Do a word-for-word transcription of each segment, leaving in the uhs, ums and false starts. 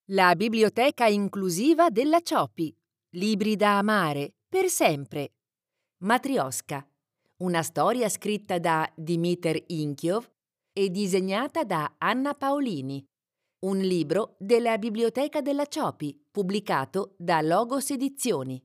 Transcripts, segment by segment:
La biblioteca inclusiva della Ciopi. Libri da amare, per sempre. Matrioska. Una storia scritta da Dimitar Inkiov e disegnata da Anna Paolini. Un libro della Biblioteca della Ciopi, pubblicato da Logos Edizioni.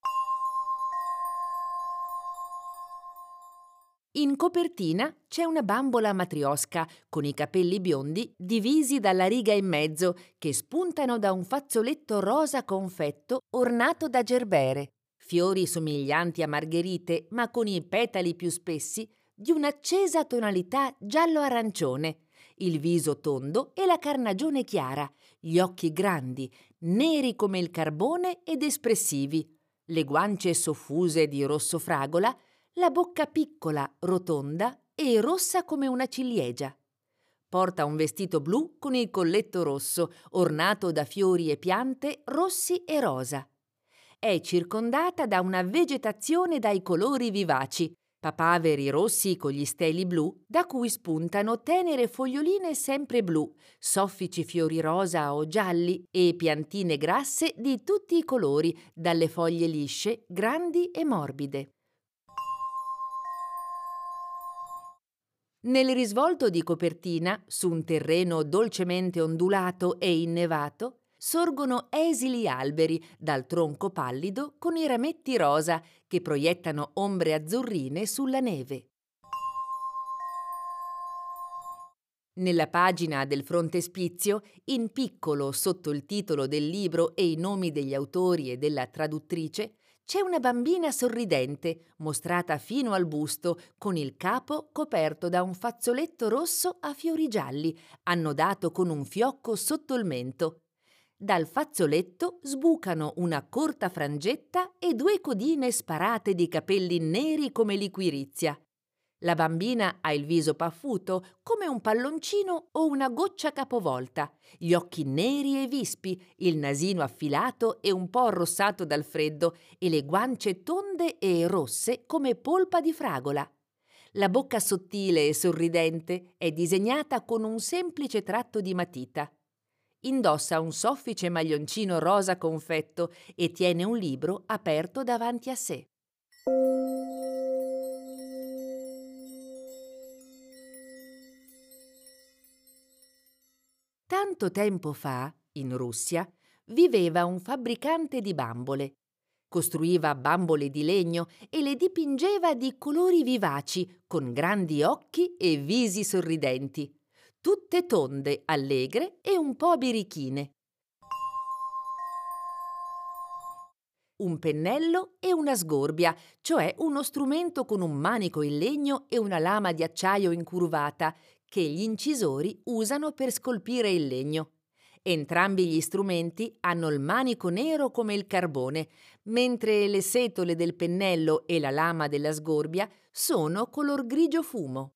In copertina c'è una bambola matrioska con i capelli biondi divisi dalla riga in mezzo che spuntano da un fazzoletto rosa confetto ornato da gerbere, fiori somiglianti a margherite ma con i petali più spessi di un'accesa tonalità giallo-arancione, il viso tondo e la carnagione chiara, gli occhi grandi, neri come il carbone ed espressivi, le guance soffuse di rosso fragola, la bocca piccola, rotonda e rossa come una ciliegia. Porta un vestito blu con il colletto rosso, ornato da fiori e piante rossi e rosa. È circondata da una vegetazione dai colori vivaci, papaveri rossi con gli steli blu, da cui spuntano tenere foglioline sempre blu, soffici fiori rosa o gialli e piantine grasse di tutti i colori, dalle foglie lisce, grandi e morbide. Nel risvolto di copertina, su un terreno dolcemente ondulato e innevato, sorgono esili alberi dal tronco pallido con i rametti rosa che proiettano ombre azzurrine sulla neve. Nella pagina del frontespizio, in piccolo sotto il titolo del libro e i nomi degli autori e della traduttrice, c'è una bambina sorridente, mostrata fino al busto, con il capo coperto da un fazzoletto rosso a fiori gialli, annodato con un fiocco sotto il mento. Dal fazzoletto sbucano una corta frangetta e due codine sparate di capelli neri come liquirizia. La bambina ha il viso paffuto, come un palloncino o una goccia capovolta, gli occhi neri e vispi, il nasino affilato e un po' arrossato dal freddo e le guance tonde e rosse come polpa di fragola. La bocca sottile e sorridente è disegnata con un semplice tratto di matita. Indossa un soffice maglioncino rosa confetto e tiene un libro aperto davanti a sé. Tanto tempo fa, in Russia, viveva un fabbricante di bambole. Costruiva bambole di legno e le dipingeva di colori vivaci, con grandi occhi e visi sorridenti, tutte tonde, allegre e un po' birichine. Un pennello e una sgorbia, cioè uno strumento con un manico in legno e una lama di acciaio incurvata, che gli incisori usano per scolpire il legno. Entrambi gli strumenti hanno il manico nero come il carbone, mentre le setole del pennello e la lama della sgorbia sono color grigio fumo.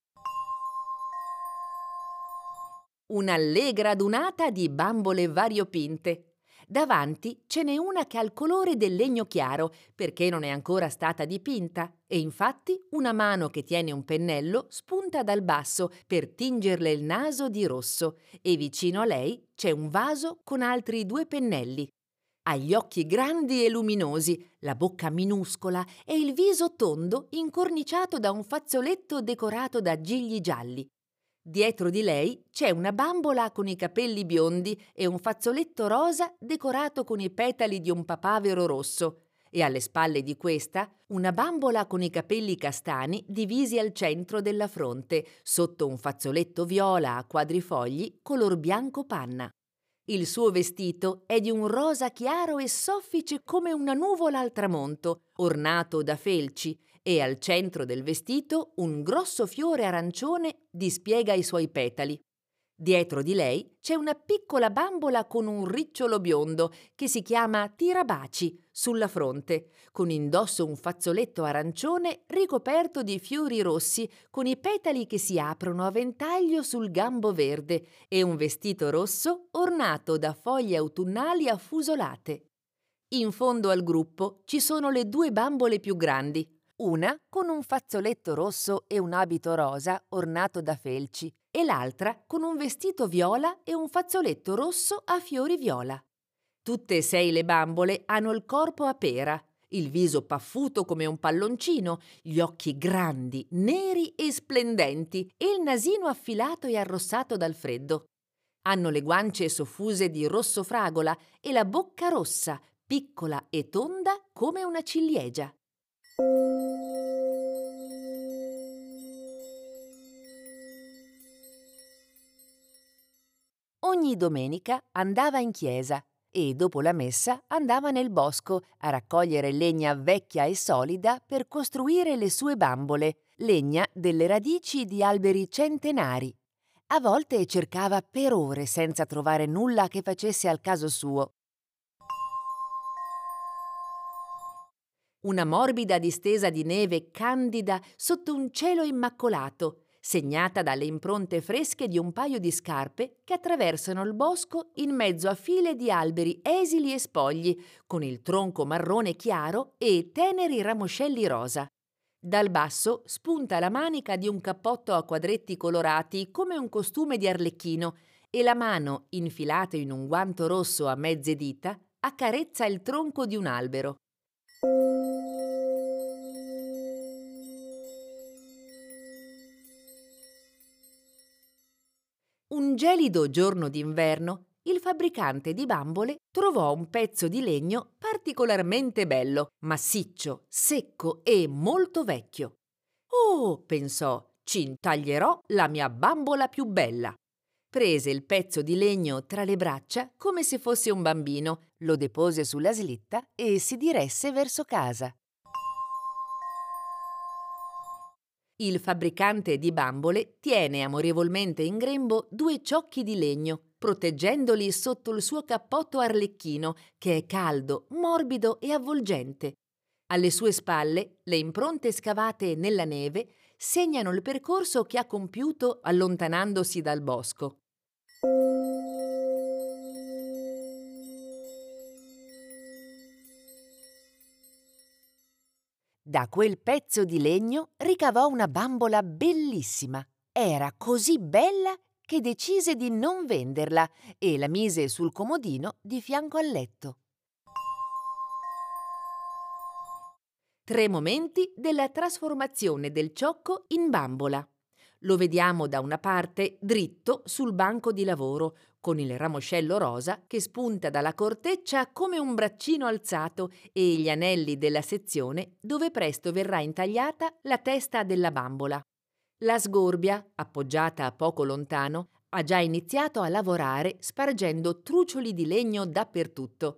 Un'allegra adunata di bambole variopinte. Davanti ce n'è una che ha il colore del legno chiaro, perché non è ancora stata dipinta, e infatti una mano che tiene un pennello spunta dal basso per tingerle il naso di rosso, e vicino a lei c'è un vaso con altri due pennelli. Ha gli occhi grandi e luminosi, la bocca minuscola e il viso tondo incorniciato da un fazzoletto decorato da gigli gialli. Dietro di lei c'è una bambola con i capelli biondi e un fazzoletto rosa decorato con i petali di un papavero rosso, e alle spalle di questa una bambola con i capelli castani divisi al centro della fronte, sotto un fazzoletto viola a quadrifogli color bianco panna. Il suo vestito è di un rosa chiaro e soffice come una nuvola al tramonto, ornato da felci, e al centro del vestito un grosso fiore arancione dispiega i suoi petali. Dietro di lei c'è una piccola bambola con un ricciolo biondo che si chiama tirabaci sulla fronte, con indosso un fazzoletto arancione ricoperto di fiori rossi con i petali che si aprono a ventaglio sul gambo verde e un vestito rosso ornato da foglie autunnali affusolate. In fondo al gruppo ci sono le due bambole più grandi, una con un fazzoletto rosso e un abito rosa ornato da felci, e l'altra con un vestito viola e un fazzoletto rosso a fiori viola. Tutte e sei le bambole hanno il corpo a pera, il viso paffuto come un palloncino, gli occhi grandi, neri e splendenti e il nasino affilato e arrossato dal freddo. Hanno le guance soffuse di rosso fragola e la bocca rossa, piccola e tonda come una ciliegia. Ogni domenica andava in chiesa e dopo la messa andava nel bosco a raccogliere legna vecchia e solida per costruire le sue bambole, legna delle radici di alberi centenari. A volte cercava per ore senza trovare nulla che facesse al caso suo. Una morbida distesa di neve candida sotto un cielo immacolato, segnata dalle impronte fresche di un paio di scarpe che attraversano il bosco in mezzo a file di alberi esili e spogli, con il tronco marrone chiaro e teneri ramoscelli rosa. Dal basso spunta la manica di un cappotto a quadretti colorati come un costume di Arlecchino e la mano, infilata in un guanto rosso a mezze dita, accarezza il tronco di un albero. Un gelido giorno d'inverno, il fabbricante di bambole trovò un pezzo di legno particolarmente bello, massiccio, secco e molto vecchio. «Oh!» pensò, «ci intaglierò la mia bambola più bella!» Prese il pezzo di legno tra le braccia come se fosse un bambino, lo depose sulla slitta e si diresse verso casa. Il fabbricante di bambole tiene amorevolmente in grembo due ciocchi di legno, proteggendoli sotto il suo cappotto arlecchino, che è caldo, morbido e avvolgente. Alle sue spalle, le impronte scavate nella neve segnano il percorso che ha compiuto allontanandosi dal bosco. Da quel pezzo di legno ricavò una bambola bellissima. Era così bella che decise di non venderla e la mise sul comodino di fianco al letto. Tre momenti della trasformazione del ciocco in bambola. Lo vediamo da una parte dritto sul banco di lavoro, con il ramoscello rosa che spunta dalla corteccia come un braccino alzato e gli anelli della sezione dove presto verrà intagliata la testa della bambola. La sgorbia, appoggiata poco lontano, ha già iniziato a lavorare spargendo trucioli di legno dappertutto.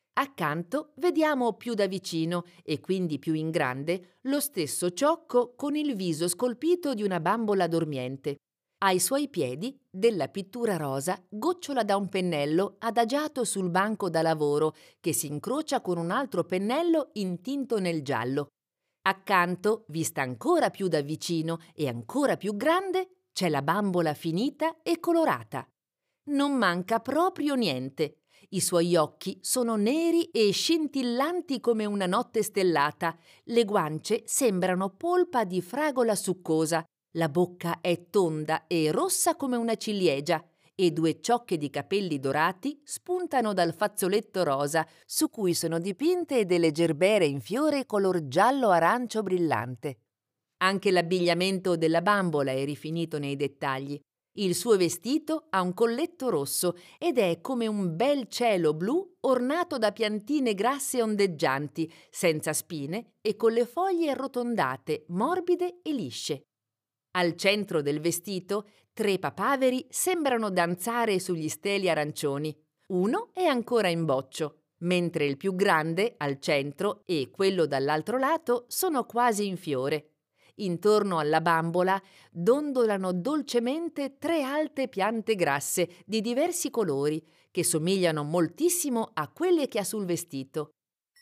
Accanto vediamo più da vicino e quindi più in grande lo stesso ciocco con il viso scolpito di una bambola dormiente. Ai suoi piedi della pittura rosa gocciola da un pennello adagiato sul banco da lavoro che si incrocia con un altro pennello intinto nel giallo. Accanto, vista ancora più da vicino e ancora più grande, c'è la bambola finita e colorata. Non manca proprio niente. I suoi occhi sono neri e scintillanti come una notte stellata, le guance sembrano polpa di fragola succosa, la bocca è tonda e rossa come una ciliegia e due ciocche di capelli dorati spuntano dal fazzoletto rosa su cui sono dipinte delle gerbere in fiore color giallo-arancio brillante. Anche l'abbigliamento della bambola è rifinito nei dettagli. Il suo vestito ha un colletto rosso ed è come un bel cielo blu ornato da piantine grasse ondeggianti, senza spine e con le foglie arrotondate, morbide e lisce. Al centro del vestito, tre papaveri sembrano danzare sugli steli arancioni. Uno è ancora in boccio, mentre il più grande, al centro, e quello dall'altro lato sono quasi in fiore. Intorno alla bambola dondolano dolcemente tre alte piante grasse di diversi colori che somigliano moltissimo a quelle che ha sul vestito.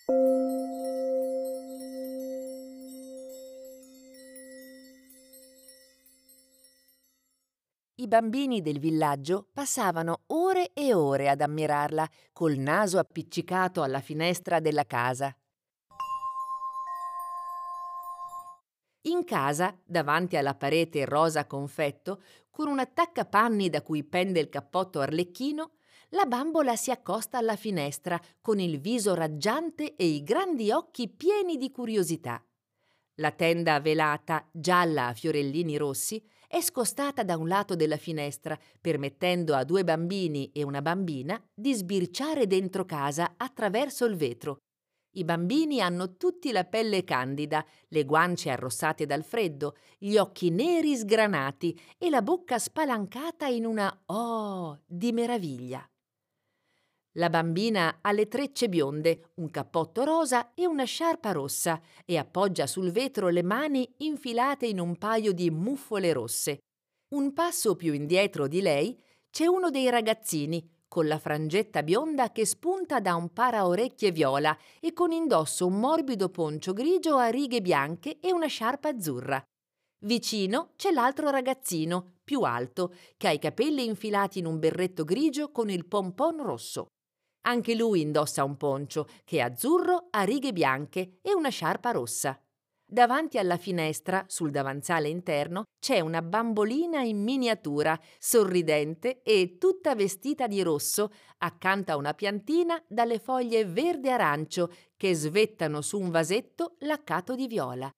I bambini del villaggio passavano ore e ore ad ammirarla, col naso appiccicato alla finestra della casa. In casa, davanti alla parete rosa confetto, con un attaccapanni da cui pende il cappotto arlecchino, la bambola si accosta alla finestra con il viso raggiante e i grandi occhi pieni di curiosità. La tenda velata, gialla a fiorellini rossi, è scostata da un lato della finestra, permettendo a due bambini e una bambina di sbirciare dentro casa attraverso il vetro. I bambini hanno tutti la pelle candida, le guance arrossate dal freddo, gli occhi neri sgranati e la bocca spalancata in una "oh" di meraviglia. La bambina ha le trecce bionde, un cappotto rosa e una sciarpa rossa e appoggia sul vetro le mani infilate in un paio di muffole rosse. Un passo più indietro di lei c'è uno dei ragazzini, con la frangetta bionda che spunta da un paraorecchie viola e con indosso un morbido poncio grigio a righe bianche e una sciarpa azzurra. Vicino c'è l'altro ragazzino, più alto, che ha i capelli infilati in un berretto grigio con il pompon rosso. Anche lui indossa un poncio, che è azzurro a righe bianche e una sciarpa rossa. Davanti alla finestra, sul davanzale interno, c'è una bambolina in miniatura, sorridente e tutta vestita di rosso, accanto a una piantina dalle foglie verde arancio che svettano su un vasetto laccato di viola.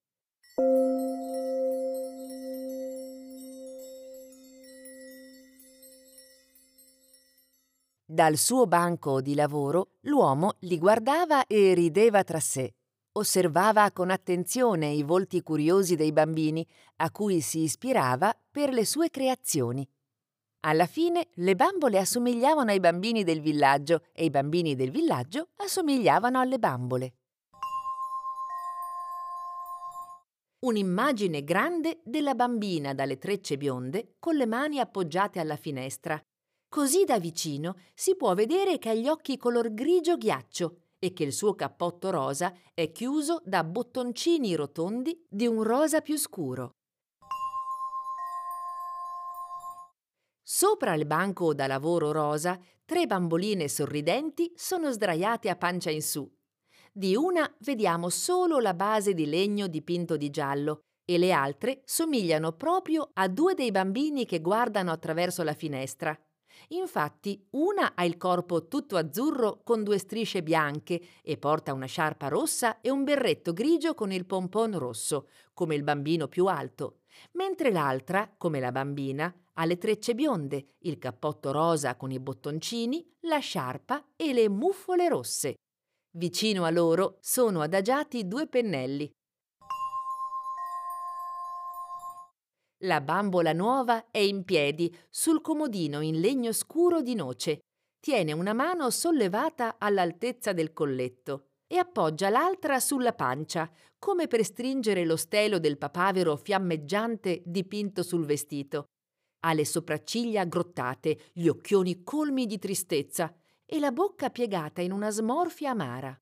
Dal suo banco di lavoro l'uomo li guardava e rideva tra sé. Osservava con attenzione i volti curiosi dei bambini, a cui si ispirava per le sue creazioni. Alla fine le bambole assomigliavano ai bambini del villaggio e i bambini del villaggio assomigliavano alle bambole. Un'immagine grande della bambina dalle trecce bionde con le mani appoggiate alla finestra. Così da vicino si può vedere che ha gli occhi color grigio ghiaccio e che il suo cappotto rosa è chiuso da bottoncini rotondi di un rosa più scuro. Sopra il banco da lavoro rosa, tre bamboline sorridenti sono sdraiate a pancia in su. Di una vediamo solo la base di legno dipinto di giallo e le altre somigliano proprio a due dei bambini che guardano attraverso la finestra. Infatti, una ha il corpo tutto azzurro con due strisce bianche e porta una sciarpa rossa e un berretto grigio con il pompon rosso, come il bambino più alto, mentre l'altra, come la bambina, ha le trecce bionde, il cappotto rosa con i bottoncini, la sciarpa e le muffole rosse. Vicino a loro sono adagiati due pennelli. La bambola nuova è in piedi sul comodino in legno scuro di noce. Tiene una mano sollevata all'altezza del colletto e appoggia l'altra sulla pancia, come per stringere lo stelo del papavero fiammeggiante dipinto sul vestito. Ha le sopracciglia aggrottate, gli occhioni colmi di tristezza e la bocca piegata in una smorfia amara.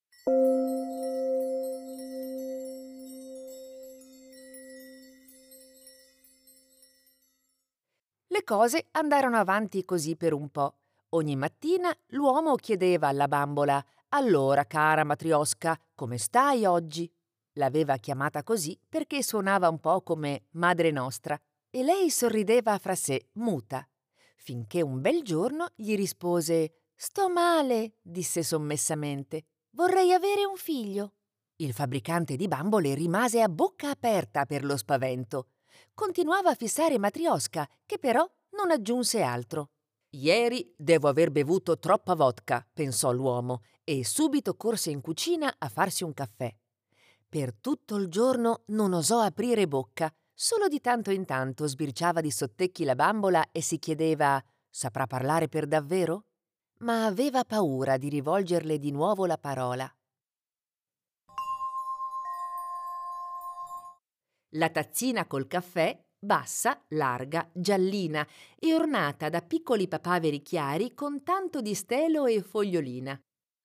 Le cose andarono avanti così per un po'. Ogni mattina l'uomo chiedeva alla bambola: «Allora, cara matriosca, come stai oggi?» L'aveva chiamata così perché suonava un po' come Madre Nostra e lei sorrideva fra sé, muta, finché un bel giorno gli rispose: «Sto male», disse sommessamente. «Vorrei avere un figlio». Il fabbricante di bambole rimase a bocca aperta per lo spavento. Continuava a fissare Matrioska, che però non aggiunse altro. «Ieri devo aver bevuto troppa vodka», pensò l'uomo, e subito corse in cucina a farsi un caffè. Per tutto il giorno non osò aprire bocca, solo di tanto in tanto sbirciava di sottecchi la bambola e si chiedeva: «Saprà parlare per davvero?» Ma aveva paura di rivolgerle di nuovo la parola. La tazzina col caffè, bassa, larga, giallina e ornata da piccoli papaveri chiari con tanto di stelo e fogliolina.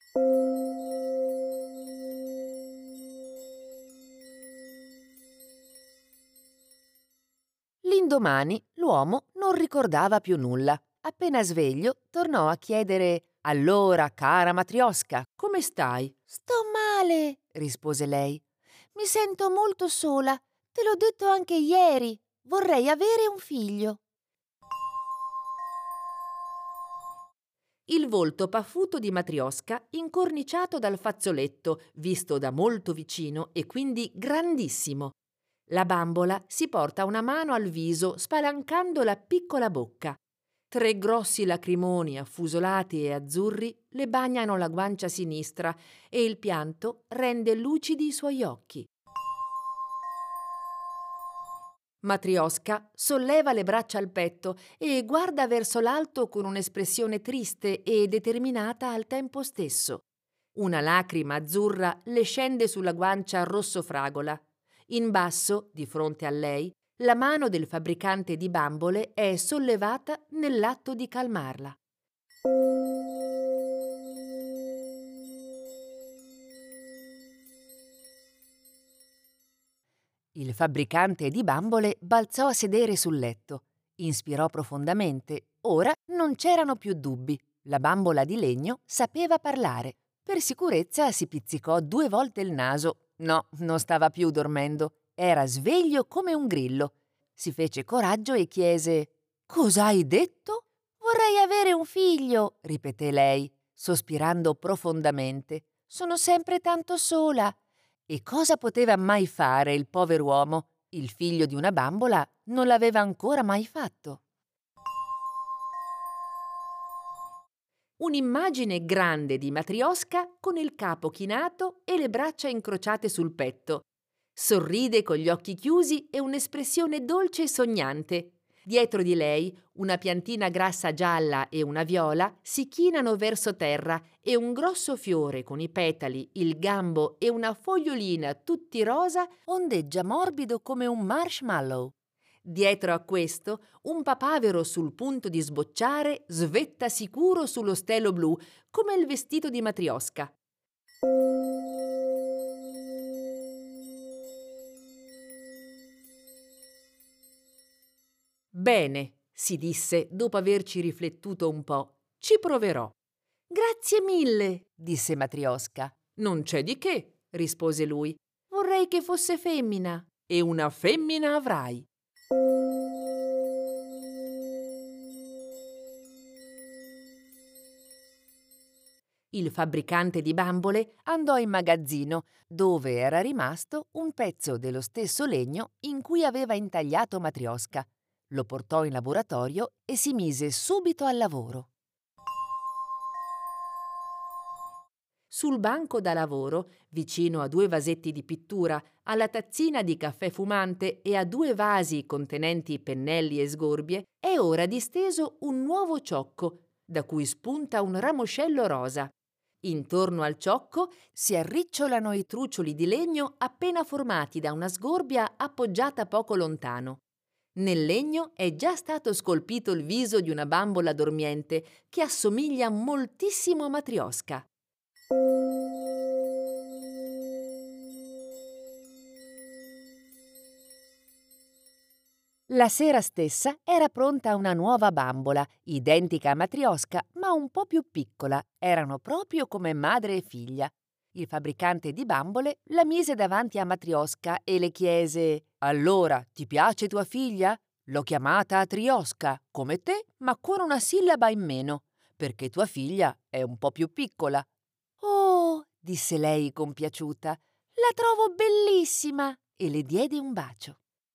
L'indomani l'uomo non ricordava più nulla. Appena sveglio tornò a chiedere: «Allora, cara matriosca, come stai?» «Sto male», rispose lei. «Mi sento molto sola. Te l'ho detto anche ieri. Vorrei avere un figlio. Il volto paffuto di Matrioska, incorniciato dal fazzoletto, visto da molto vicino e quindi grandissimo. La bambola si porta una mano al viso spalancando la piccola bocca. Tre grossi lacrimoni affusolati e azzurri le bagnano la guancia sinistra e il pianto rende lucidi i suoi occhi. Matrioska solleva le braccia al petto e guarda verso l'alto con un'espressione triste e determinata al tempo stesso. Una lacrima azzurra le scende sulla guancia rosso fragola. In basso, di fronte a lei, la mano del fabbricante di bambole è sollevata nell'atto di calmarla. Il fabbricante di bambole balzò a sedere sul letto. Inspirò profondamente. Ora non c'erano più dubbi. La bambola di legno sapeva parlare. Per sicurezza si pizzicò due volte il naso. No, non stava più dormendo. Era sveglio come un grillo. Si fece coraggio e chiese: «Cosa hai detto?» Vorrei avere un figlio, ripeté lei, sospirando profondamente. Sono sempre tanto sola. E cosa poteva mai fare il pover'uomo? Il figlio di una bambola non l'aveva ancora mai fatto. Un'immagine grande di Matrioska con il capo chinato e le braccia incrociate sul petto. Sorride con gli occhi chiusi e un'espressione dolce e sognante. Dietro di lei, una piantina grassa gialla e una viola si chinano verso terra e un grosso fiore con i petali, il gambo e una fogliolina tutti rosa ondeggia morbido come un marshmallow. Dietro a questo, un papavero sul punto di sbocciare svetta sicuro sullo stelo blu, come il vestito di Matrioska. «Bene», si disse dopo averci riflettuto un po', «ci proverò». «Grazie mille», disse Matrioska. «Non c'è di che», rispose lui. «Vorrei che fosse femmina». «E una femmina avrai». Il fabbricante di bambole andò in magazzino, dove era rimasto un pezzo dello stesso legno in cui aveva intagliato Matrioska. Lo portò in laboratorio e si mise subito al lavoro. Sul banco da lavoro, vicino a due vasetti di pittura, alla tazzina di caffè fumante e a due vasi contenenti pennelli e sgorbie, è ora disteso un nuovo ciocco, da cui spunta un ramoscello rosa. Intorno al ciocco si arricciolano i trucioli di legno appena formati da una sgorbia appoggiata poco lontano. Nel legno è già stato scolpito il viso di una bambola dormiente che assomiglia moltissimo a Matrioska. La sera stessa era pronta una nuova bambola, identica a Matrioska, ma un po' più piccola. Erano proprio come madre e figlia. Il fabbricante di bambole la mise davanti a Matrioska e le chiese: «Allora, ti piace tua figlia? L'ho chiamata Atrioska, come te, ma con una sillaba in meno, perché tua figlia è un po' più piccola». «Oh», disse lei compiaciuta, «la trovo bellissima», e le diede un bacio.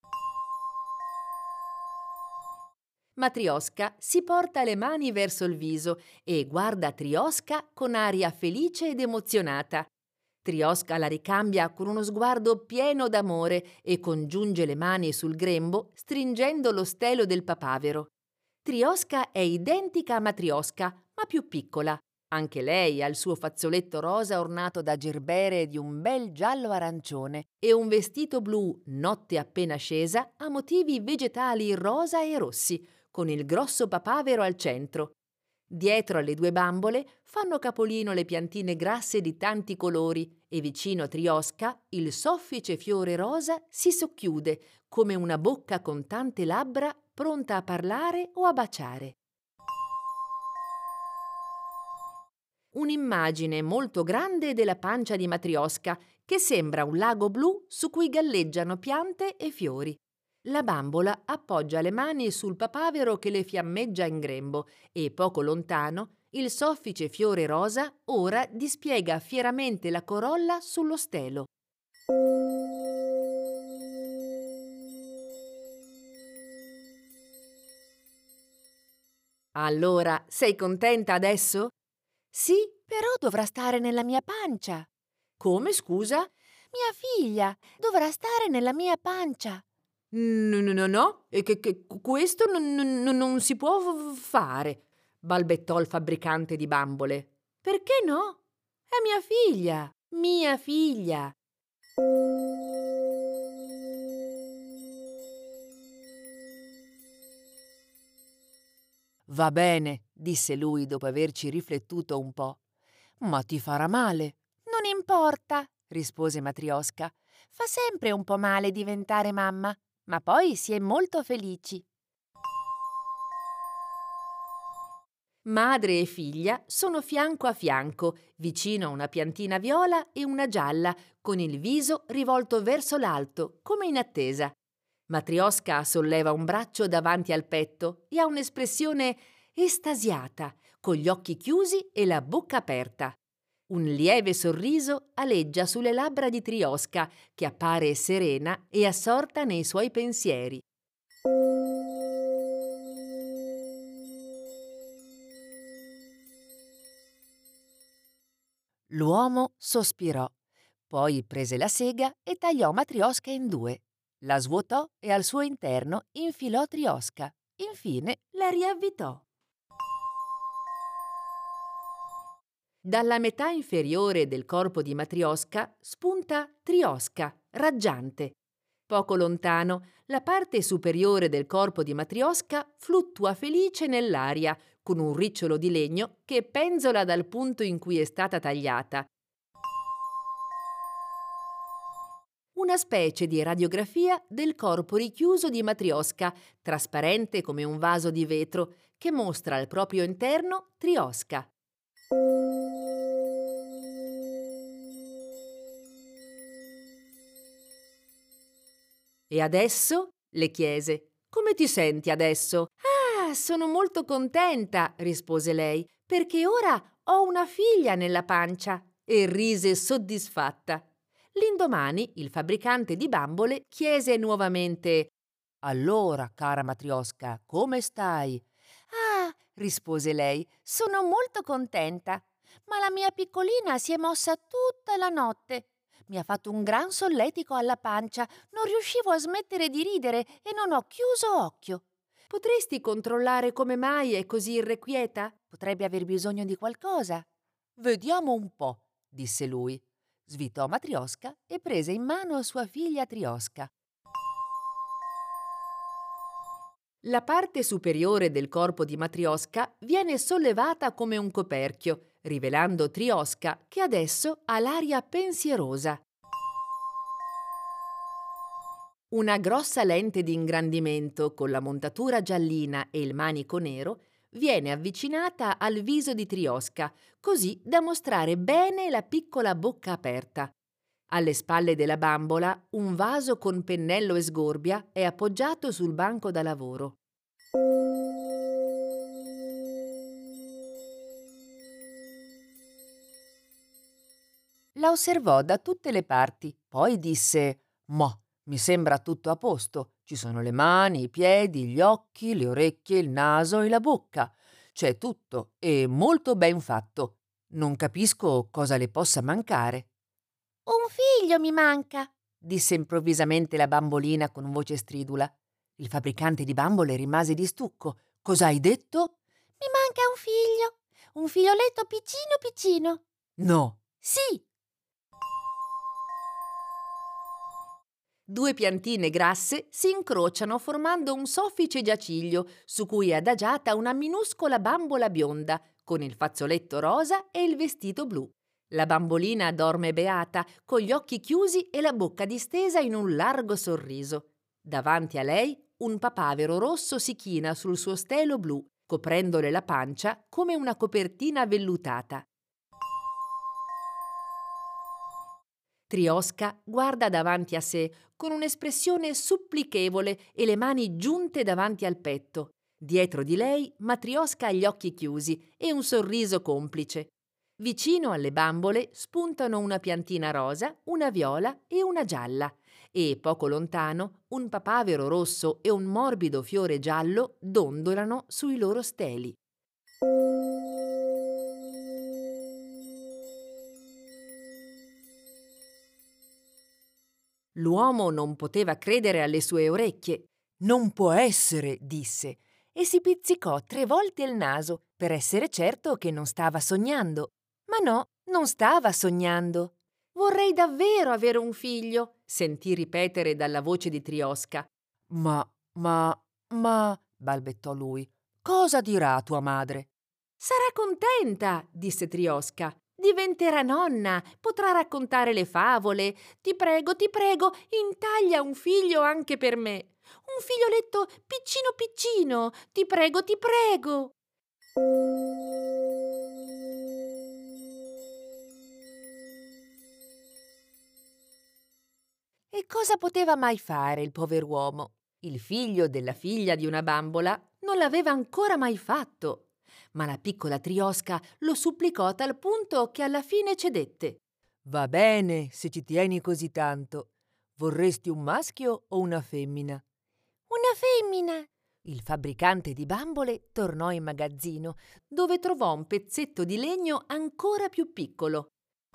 Matrioska si porta le mani verso il viso e guarda Trioska con aria felice ed emozionata. Trioska la ricambia con uno sguardo pieno d'amore e congiunge le mani sul grembo stringendo lo stelo del papavero. Trioska è identica a Matrioska, ma più piccola. Anche lei ha il suo fazzoletto rosa ornato da gerbere di un bel giallo arancione e un vestito blu notte appena scesa a motivi vegetali rosa e rossi, con il grosso papavero al centro. Dietro alle due bambole fanno capolino le piantine grasse di tanti colori e vicino a Trioska il soffice fiore rosa si socchiude come una bocca con tante labbra pronta a parlare o a baciare. Un'immagine molto grande della pancia di Matrioska che sembra un lago blu su cui galleggiano piante e fiori. La bambola appoggia le mani sul papavero che le fiammeggia in grembo e poco lontano il soffice fiore rosa ora dispiega fieramente la corolla sullo stelo. Allora, sei contenta adesso? Sì, però dovrà stare nella mia pancia. Come, scusa? Mia figlia dovrà stare nella mia pancia. No, no, no, no, e che, che questo non, non- non si può f- fare, balbettò il fabbricante di bambole. Perché no? È mia figlia, mia figlia. Va bene, disse lui dopo averci riflettuto un po'. Ma ti farà male. Non importa, rispose Matrioska. Fa sempre un po' male diventare mamma, ma poi si è molto felici. Madre e figlia sono fianco a fianco, vicino a una piantina viola e una gialla, con il viso rivolto verso l'alto, come in attesa. Matrioska solleva un braccio davanti al petto e ha un'espressione estasiata, con gli occhi chiusi e la bocca aperta. Un lieve sorriso aleggia sulle labbra di Trioska, che appare serena e assorta nei suoi pensieri. L'uomo sospirò, poi prese la sega e tagliò Matrioska in due. La svuotò e al suo interno infilò Trioska. Infine la riavvitò. Dalla metà inferiore del corpo di Matrioska spunta Trioska, raggiante. Poco lontano, la parte superiore del corpo di Matrioska fluttua felice nell'aria, con un ricciolo di legno che penzola dal punto in cui è stata tagliata. Una specie di radiografia del corpo richiuso di Matrioska, trasparente come un vaso di vetro, che mostra al proprio interno Trioska. E adesso? Le chiese. Come ti senti adesso? Ah, sono molto contenta, rispose lei, perché ora ho una figlia nella pancia. E rise soddisfatta. L'indomani il fabbricante di bambole chiese nuovamente: Allora, cara Matrioska, come stai? Ah, rispose lei, sono molto contenta. Ma la mia piccolina si è mossa tutta la notte. Mi ha fatto un gran solletico alla pancia. Non riuscivo a smettere di ridere e non ho chiuso occhio. Potresti controllare come mai è così irrequieta? Potrebbe aver bisogno di qualcosa. Vediamo un po', disse lui. Svitò Matrioska e prese in mano sua figlia Trioska. La parte superiore del corpo di Matrioska viene sollevata come un coperchio, rivelando Trioska, che adesso ha l'aria pensierosa. Una grossa lente di ingrandimento con la montatura giallina e il manico nero viene avvicinata al viso di Trioska, così da mostrare bene la piccola bocca aperta. Alle spalle della bambola un vaso con pennello e sgorbia è appoggiato sul banco da lavoro. La osservò da tutte le parti, poi disse: «Ma mi sembra tutto a posto. Ci sono le mani, i piedi, gli occhi, le orecchie, il naso e la bocca. C'è tutto e molto ben fatto. Non capisco cosa le possa mancare». Un figlio mi manca, disse improvvisamente la bambolina con voce stridula. Il fabbricante di bambole rimase di stucco. «Cosa hai detto?» Mi manca un figlio. Un figlioletto piccino piccino. «No». Sì. Due piantine grasse si incrociano formando un soffice giaciglio su cui è adagiata una minuscola bambola bionda con il fazzoletto rosa e il vestito blu. La bambolina dorme beata, con gli occhi chiusi e la bocca distesa in un largo sorriso. Davanti a lei un papavero rosso si china sul suo stelo blu, coprendole la pancia come una copertina vellutata. Triosca guarda davanti a sé con un'espressione supplichevole e le mani giunte davanti al petto. Dietro di lei Matrioska ha gli occhi chiusi e un sorriso complice. Vicino alle bambole spuntano una piantina rosa, una viola e una gialla, e poco lontano un papavero rosso e un morbido fiore giallo dondolano sui loro steli. L'uomo non poteva credere alle sue orecchie. «Non può essere», disse, e si pizzicò tre volte il naso per essere certo che non stava sognando. Ma no, non stava sognando. «Vorrei davvero avere un figlio», sentì ripetere dalla voce di Triosca. «Ma, ma, ma», balbettò lui, «cosa dirà tua madre?» «Sarà contenta», disse Triosca. «Diventerà nonna, potrà raccontare le favole. Ti prego, ti prego, intaglia un figlio anche per me. Un figlioletto piccino piccino, ti prego, ti prego». E cosa poteva mai fare il pover'uomo? Il figlio della figlia di una bambola Non l'aveva ancora mai fatto. Ma la piccola Triosca lo supplicò a tal punto che alla fine cedette. «Va bene, se ci tieni così tanto. Vorresti un maschio o una femmina?» «Una femmina!» Il fabbricante di bambole tornò in magazzino. dove trovò un pezzetto di legno ancora più piccolo.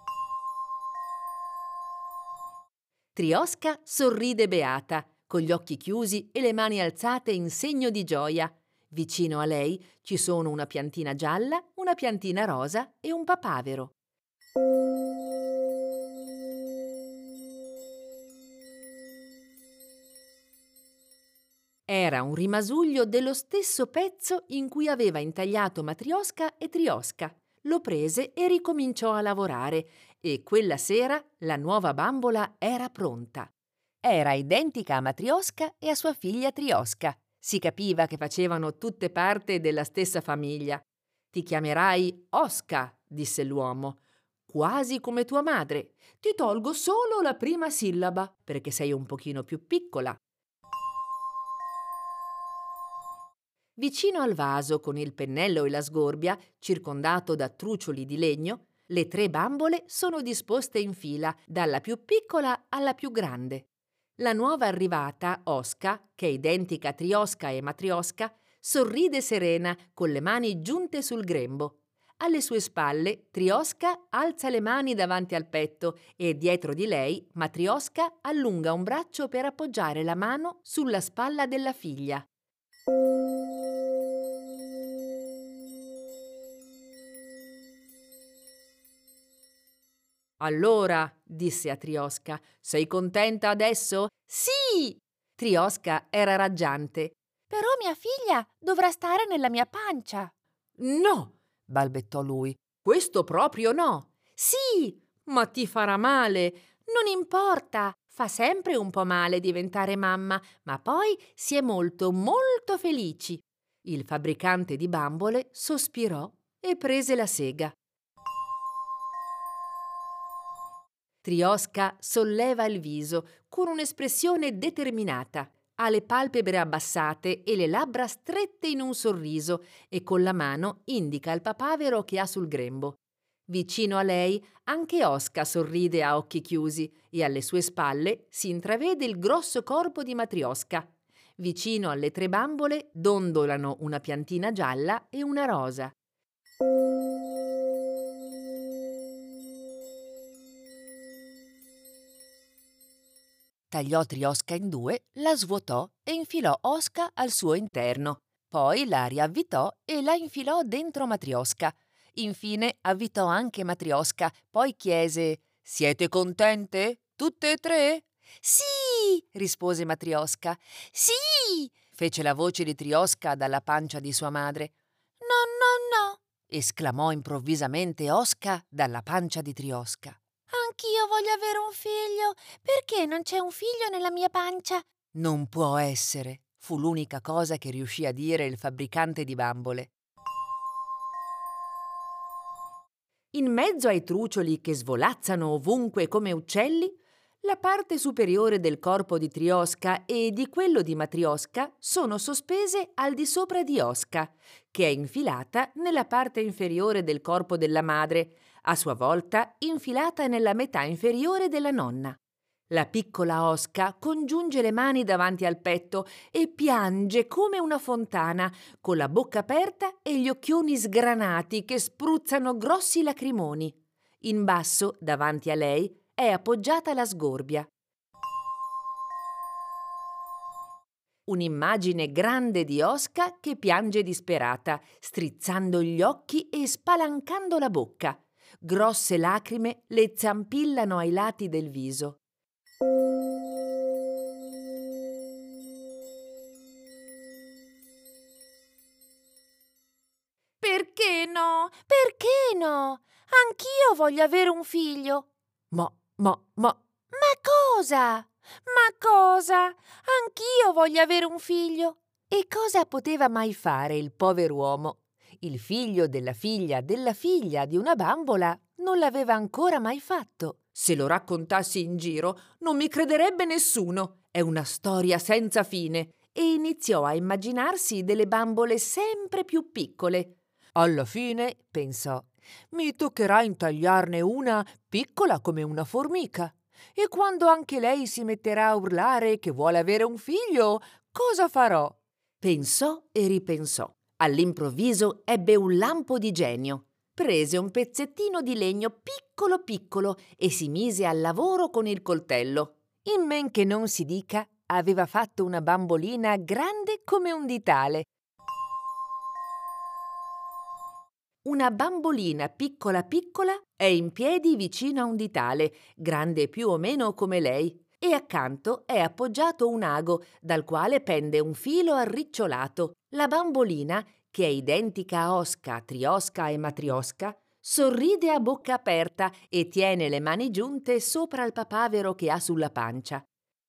Triosca sorride beata, con gli occhi chiusi e le mani alzate in segno di gioia. Vicino a lei ci sono una piantina gialla, una piantina rosa e un papavero. Era un rimasuglio dello stesso pezzo in cui aveva intagliato Matrioska e Triosca. Lo prese e ricominciò a lavorare, e quella sera la nuova bambola era pronta. Era identica a Matrioska e a sua figlia Triosca. Si capiva che facevano tutte parte della stessa famiglia. «Ti chiamerai Osca», disse l'uomo, «quasi come tua madre. Ti tolgo solo la prima sillaba, perché sei un pochino più piccola». Vicino al vaso, con il pennello e la sgorbia, circondato da trucioli di legno, le tre bambole sono disposte in fila, dalla più piccola alla più grande. La nuova arrivata, Osca, che è identica a Triosca e Matrioska, sorride serena con le mani giunte sul grembo. Alle sue spalle Triosca alza le mani davanti al petto e dietro di lei Matrioska allunga un braccio per appoggiare la mano sulla spalla della figlia. «Allora», disse a Triosca, «sei contenta adesso?» «Sì!» Triosca era raggiante. «Però mia figlia dovrà stare nella mia pancia!» «No!» balbettò lui. «Questo proprio no!» «Sì! Ma ti farà male!» «Non importa! Fa sempre un po' male diventare mamma, ma poi si è molto, molto felici!» Il fabbricante di bambole sospirò e prese la sega. Triosca solleva il viso con un'espressione determinata. Ha le palpebre abbassate e le labbra strette in un sorriso e con la mano indica il papavero che ha sul grembo. Vicino a lei anche Osca sorride a occhi chiusi e alle sue spalle si intravede il grosso corpo di Matrioska. Vicino alle tre bambole dondolano una piantina gialla e una rosa. Tagliò Triosca in due, la svuotò e infilò Osca al suo interno. Poi la riavvitò e la infilò dentro Matrioska. Infine avvitò anche Matrioska, poi chiese: «Siete contente? Tutte e tre?» «Sì!» rispose Matrioska. «Sì!» fece la voce di Triosca dalla pancia di sua madre. «No, no, no!» esclamò improvvisamente Osca dalla pancia di Triosca. «Anch'io voglio avere un figlio. Perché non c'è un figlio nella mia pancia?» «Non può essere», fu l'unica cosa che riuscì a dire il fabbricante di bambole. In mezzo ai trucioli che svolazzano ovunque come uccelli, la parte superiore del corpo di Triosca e di quello di Matrioska sono sospese al di sopra di Osca, che è infilata nella parte inferiore del corpo della madre, a sua volta infilata nella metà inferiore della nonna. La piccola Osca congiunge le mani davanti al petto e piange come una fontana, con la bocca aperta e gli occhioni sgranati che spruzzano grossi lacrimoni. In basso, davanti a lei, è appoggiata la sgorbia. Un'immagine grande di Osca che piange disperata, strizzando gli occhi e spalancando la bocca. Grosse lacrime le zampillano ai lati del viso. Perché no? Perché no? Anch'io voglio avere un figlio. Ma, ma, ma... Ma cosa? Ma cosa? Anch'io voglio avere un figlio. E cosa poteva mai fare il pover'uomo? Il figlio della figlia della figlia di una bambola non l'aveva ancora mai fatto. Se lo raccontassi in giro non mi crederebbe nessuno. È una storia senza fine. E iniziò a immaginarsi delle bambole sempre più piccole. Alla fine, pensò, mi toccherà intagliarne una piccola come una formica. E quando anche lei si metterà a urlare che vuole avere un figlio, cosa farò? Pensò e ripensò. All'improvviso ebbe un lampo di genio. Prese un pezzettino di legno piccolo piccolo e si mise al lavoro con il coltello. In men che non si dica, aveva fatto una bambolina grande come un ditale. Una bambolina piccola piccola è in piedi vicino a un ditale, grande più o meno come lei, e accanto è appoggiato un ago dal quale pende un filo arricciolato. La bambolina, che è identica a Osca, Triosca e Matrioska, sorride a bocca aperta e tiene le mani giunte sopra il papavero che ha sulla pancia.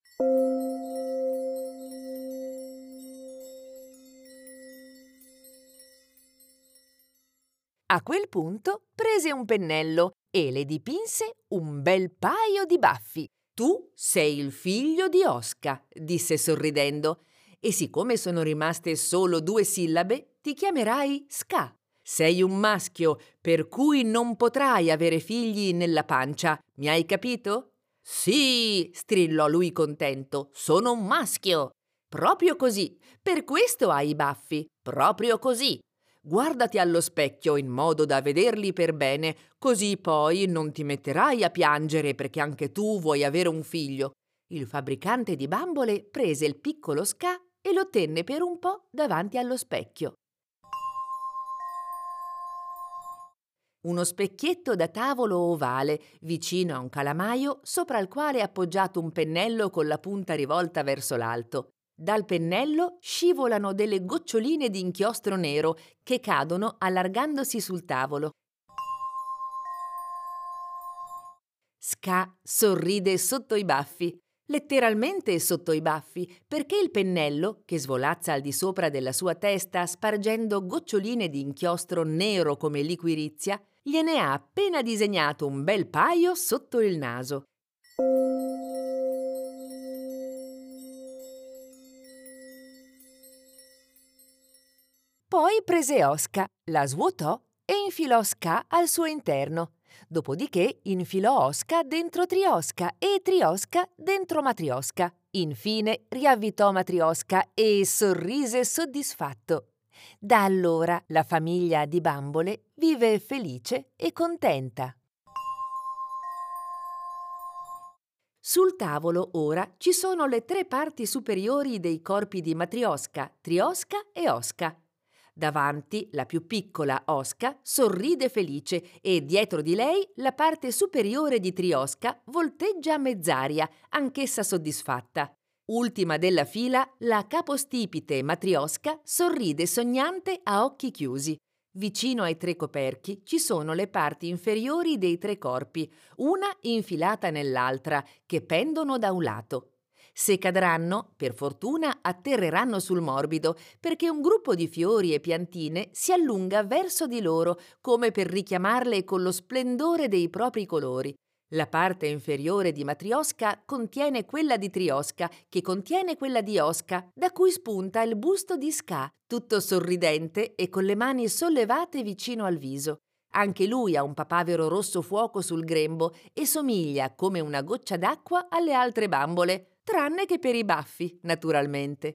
A quel punto prese un pennello e le dipinse un bel paio di baffi. Tu sei il figlio di Osca, disse sorridendo, e siccome sono rimaste solo due sillabe, ti chiamerai Ska. Sei un maschio, per cui non potrai avere figli nella pancia. Mi hai capito? Sì, strillò lui contento, sono un maschio. Proprio così, per questo hai i baffi, proprio così. Guardati allo specchio in modo da vederli per bene, così poi non ti metterai a piangere perché anche tu vuoi avere un figlio. Il fabbricante di bambole prese il piccolo Ska e lo tenne per un po' davanti allo specchio. Uno specchietto da tavolo ovale, vicino a un calamaio, sopra il quale è appoggiato un pennello con la punta rivolta verso l'alto. Dal pennello scivolano delle goccioline di inchiostro nero che cadono allargandosi sul tavolo. Ska sorride sotto i baffi, letteralmente sotto i baffi, perché il pennello, che svolazza al di sopra della sua testa spargendo goccioline di inchiostro nero come liquirizia, gliene ha appena disegnato un bel paio sotto il naso. Poi prese Osca, la svuotò e infilò Ska al suo interno. Dopodiché infilò Osca dentro Triosca e Triosca dentro Matrioska. Infine riavvitò Matrioska e sorrise soddisfatto. Da allora la famiglia di bambole vive felice e contenta. Sul tavolo ora ci sono le tre parti superiori dei corpi di Matrioska, Triosca e Osca. Davanti, la più piccola, Osca, sorride felice e dietro di lei la parte superiore di Triosca volteggia a mezz'aria, anch'essa soddisfatta. Ultima della fila, la capostipite Matrioska sorride sognante a occhi chiusi. Vicino ai tre coperchi ci sono le parti inferiori dei tre corpi, una infilata nell'altra, che pendono da un lato. Se cadranno, per fortuna atterreranno sul morbido, perché un gruppo di fiori e piantine si allunga verso di loro, come per richiamarle con lo splendore dei propri colori. La parte inferiore di Matrioska contiene quella di Triosca, che contiene quella di Osca, da cui spunta il busto di Ska, tutto sorridente e con le mani sollevate vicino al viso. Anche lui ha un papavero rosso fuoco sul grembo e somiglia come una goccia d'acqua alle altre bambole, tranne che per i baffi, naturalmente.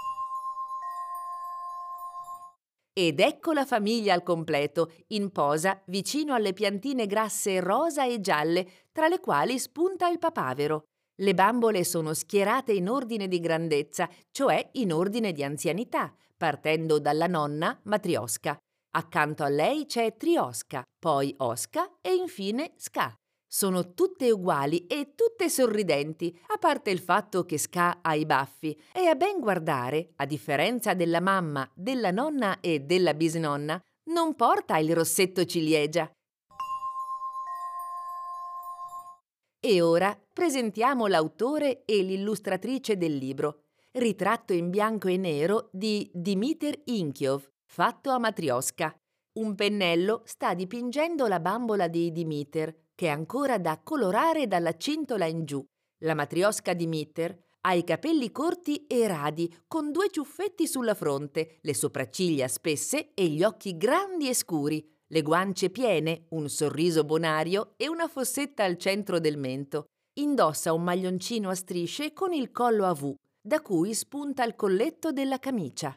Ed ecco la famiglia al completo, in posa vicino alle piantine grasse rosa e gialle, tra le quali spunta il papavero. Le bambole sono schierate in ordine di grandezza, cioè in ordine di anzianità, partendo dalla nonna Matrioska. Accanto a lei c'è Triosca, poi Osca e infine Ska. Sono tutte uguali e tutte sorridenti, a parte il fatto che Ska ha i baffi e a ben guardare, a differenza della mamma, della nonna e della bisnonna, non porta il rossetto ciliegia. E ora presentiamo l'autore e l'illustratrice del libro, Ritratto in bianco e nero di Dimitar Inkiov, fatto a Matrioska. Un pennello sta dipingendo la bambola di Dimitar, che è ancora da colorare dalla cintola in giù. La Matrioska Dimitar ha i capelli corti e radi, con due ciuffetti sulla fronte, le sopracciglia spesse e gli occhi grandi e scuri, le guance piene, un sorriso bonario e una fossetta al centro del mento. Indossa un maglioncino a strisce con il collo a V, da cui spunta il colletto della camicia.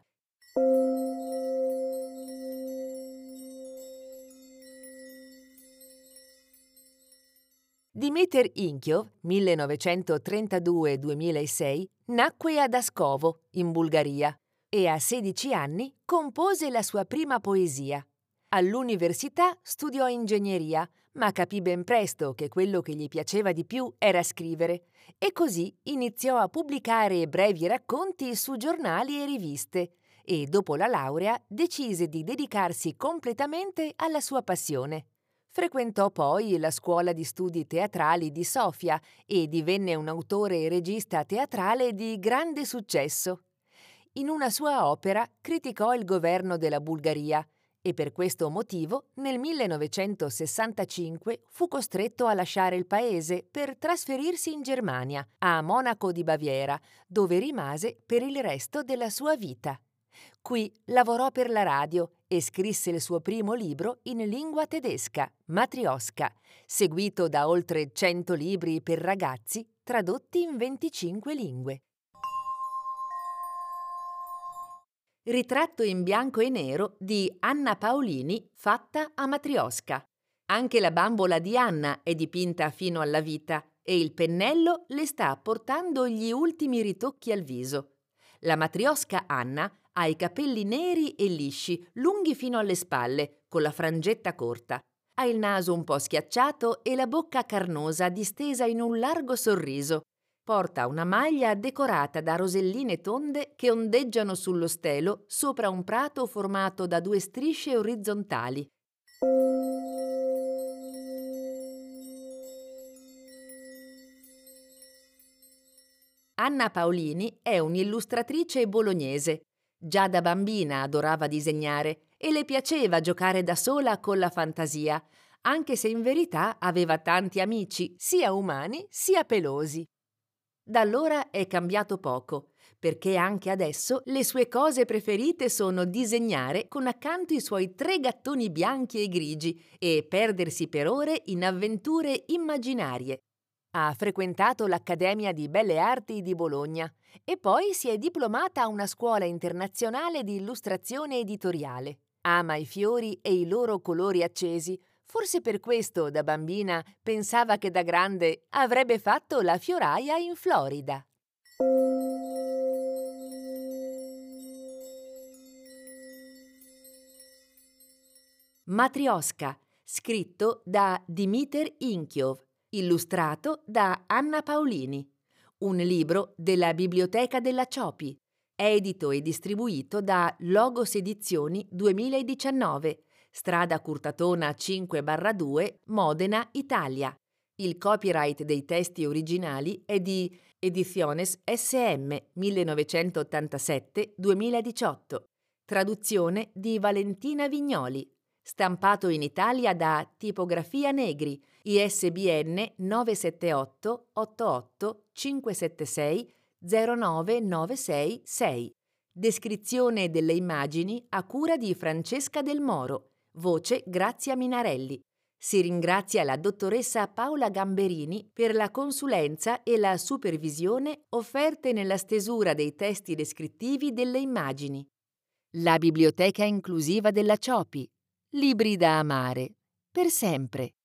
Dimitar Inkiov, millenovecentotrentadue duemilasei, nacque ad Askovo, in Bulgaria, e a sedici anni compose la sua prima poesia. All'università studiò ingegneria, ma capì ben presto che quello che gli piaceva di più era scrivere, e così iniziò a pubblicare brevi racconti su giornali e riviste, e dopo la laurea decise di dedicarsi completamente alla sua passione. Frequentò poi la scuola di studi teatrali di Sofia e divenne un autore e regista teatrale di grande successo. In una sua opera criticò il governo della Bulgaria e per questo motivo nel millenovecentosessantacinque fu costretto a lasciare il paese per trasferirsi in Germania, a Monaco di Baviera, dove rimase per il resto della sua vita. Qui lavorò per la radio e scrisse il suo primo libro in lingua tedesca, Matrioska, seguito da oltre cento libri per ragazzi tradotti in venticinque lingue. Ritratto in bianco e nero di Anna Paolini, fatta a Matrioska. Anche la bambola di Anna è dipinta fino alla vita e il pennello le sta portando gli ultimi ritocchi al viso. La Matrioska Anna ha i capelli neri e lisci, lunghi fino alle spalle, con la frangetta corta. Ha il naso un po' schiacciato e la bocca carnosa distesa in un largo sorriso. Porta una maglia decorata da roselline tonde che ondeggiano sullo stelo sopra un prato formato da due strisce orizzontali. Anna Paolini è un'illustratrice bolognese. Già da bambina adorava disegnare e le piaceva giocare da sola con la fantasia, anche se in verità aveva tanti amici, sia umani sia pelosi. Da allora è cambiato poco, perché anche adesso le sue cose preferite sono disegnare con accanto i suoi tre gattoni bianchi e grigi e perdersi per ore in avventure immaginarie. Ha frequentato l'Accademia di Belle Arti di Bologna e poi si è diplomata a una scuola internazionale di illustrazione editoriale. Ama i fiori e i loro colori accesi. Forse per questo, da bambina, pensava che da grande avrebbe fatto la fioraia in Florida. Matrioska, scritto da Dimitar Inkiov, illustrato da Anna Paolini. Un libro della Biblioteca della Ciopi, edito e distribuito da Logos Edizioni duemiladiciannove, Strada Curtatona cinque barra due, Modena, Italia. Il copyright dei testi originali è di Ediciones S M millenovecentottantasette duemiladiciotto, traduzione di Valentina Vignoli, stampato in Italia da Tipografia Negri, I S B N nove sette otto otto otto cinque sette sei zero nove nove sei sei. Descrizione delle immagini a cura di Francesca Del Moro, voce Grazia Minarelli. Si ringrazia la dottoressa Paola Gamberini per la consulenza e la supervisione offerte nella stesura dei testi descrittivi delle immagini. La biblioteca inclusiva della Ciopi. Libri da amare. Per sempre.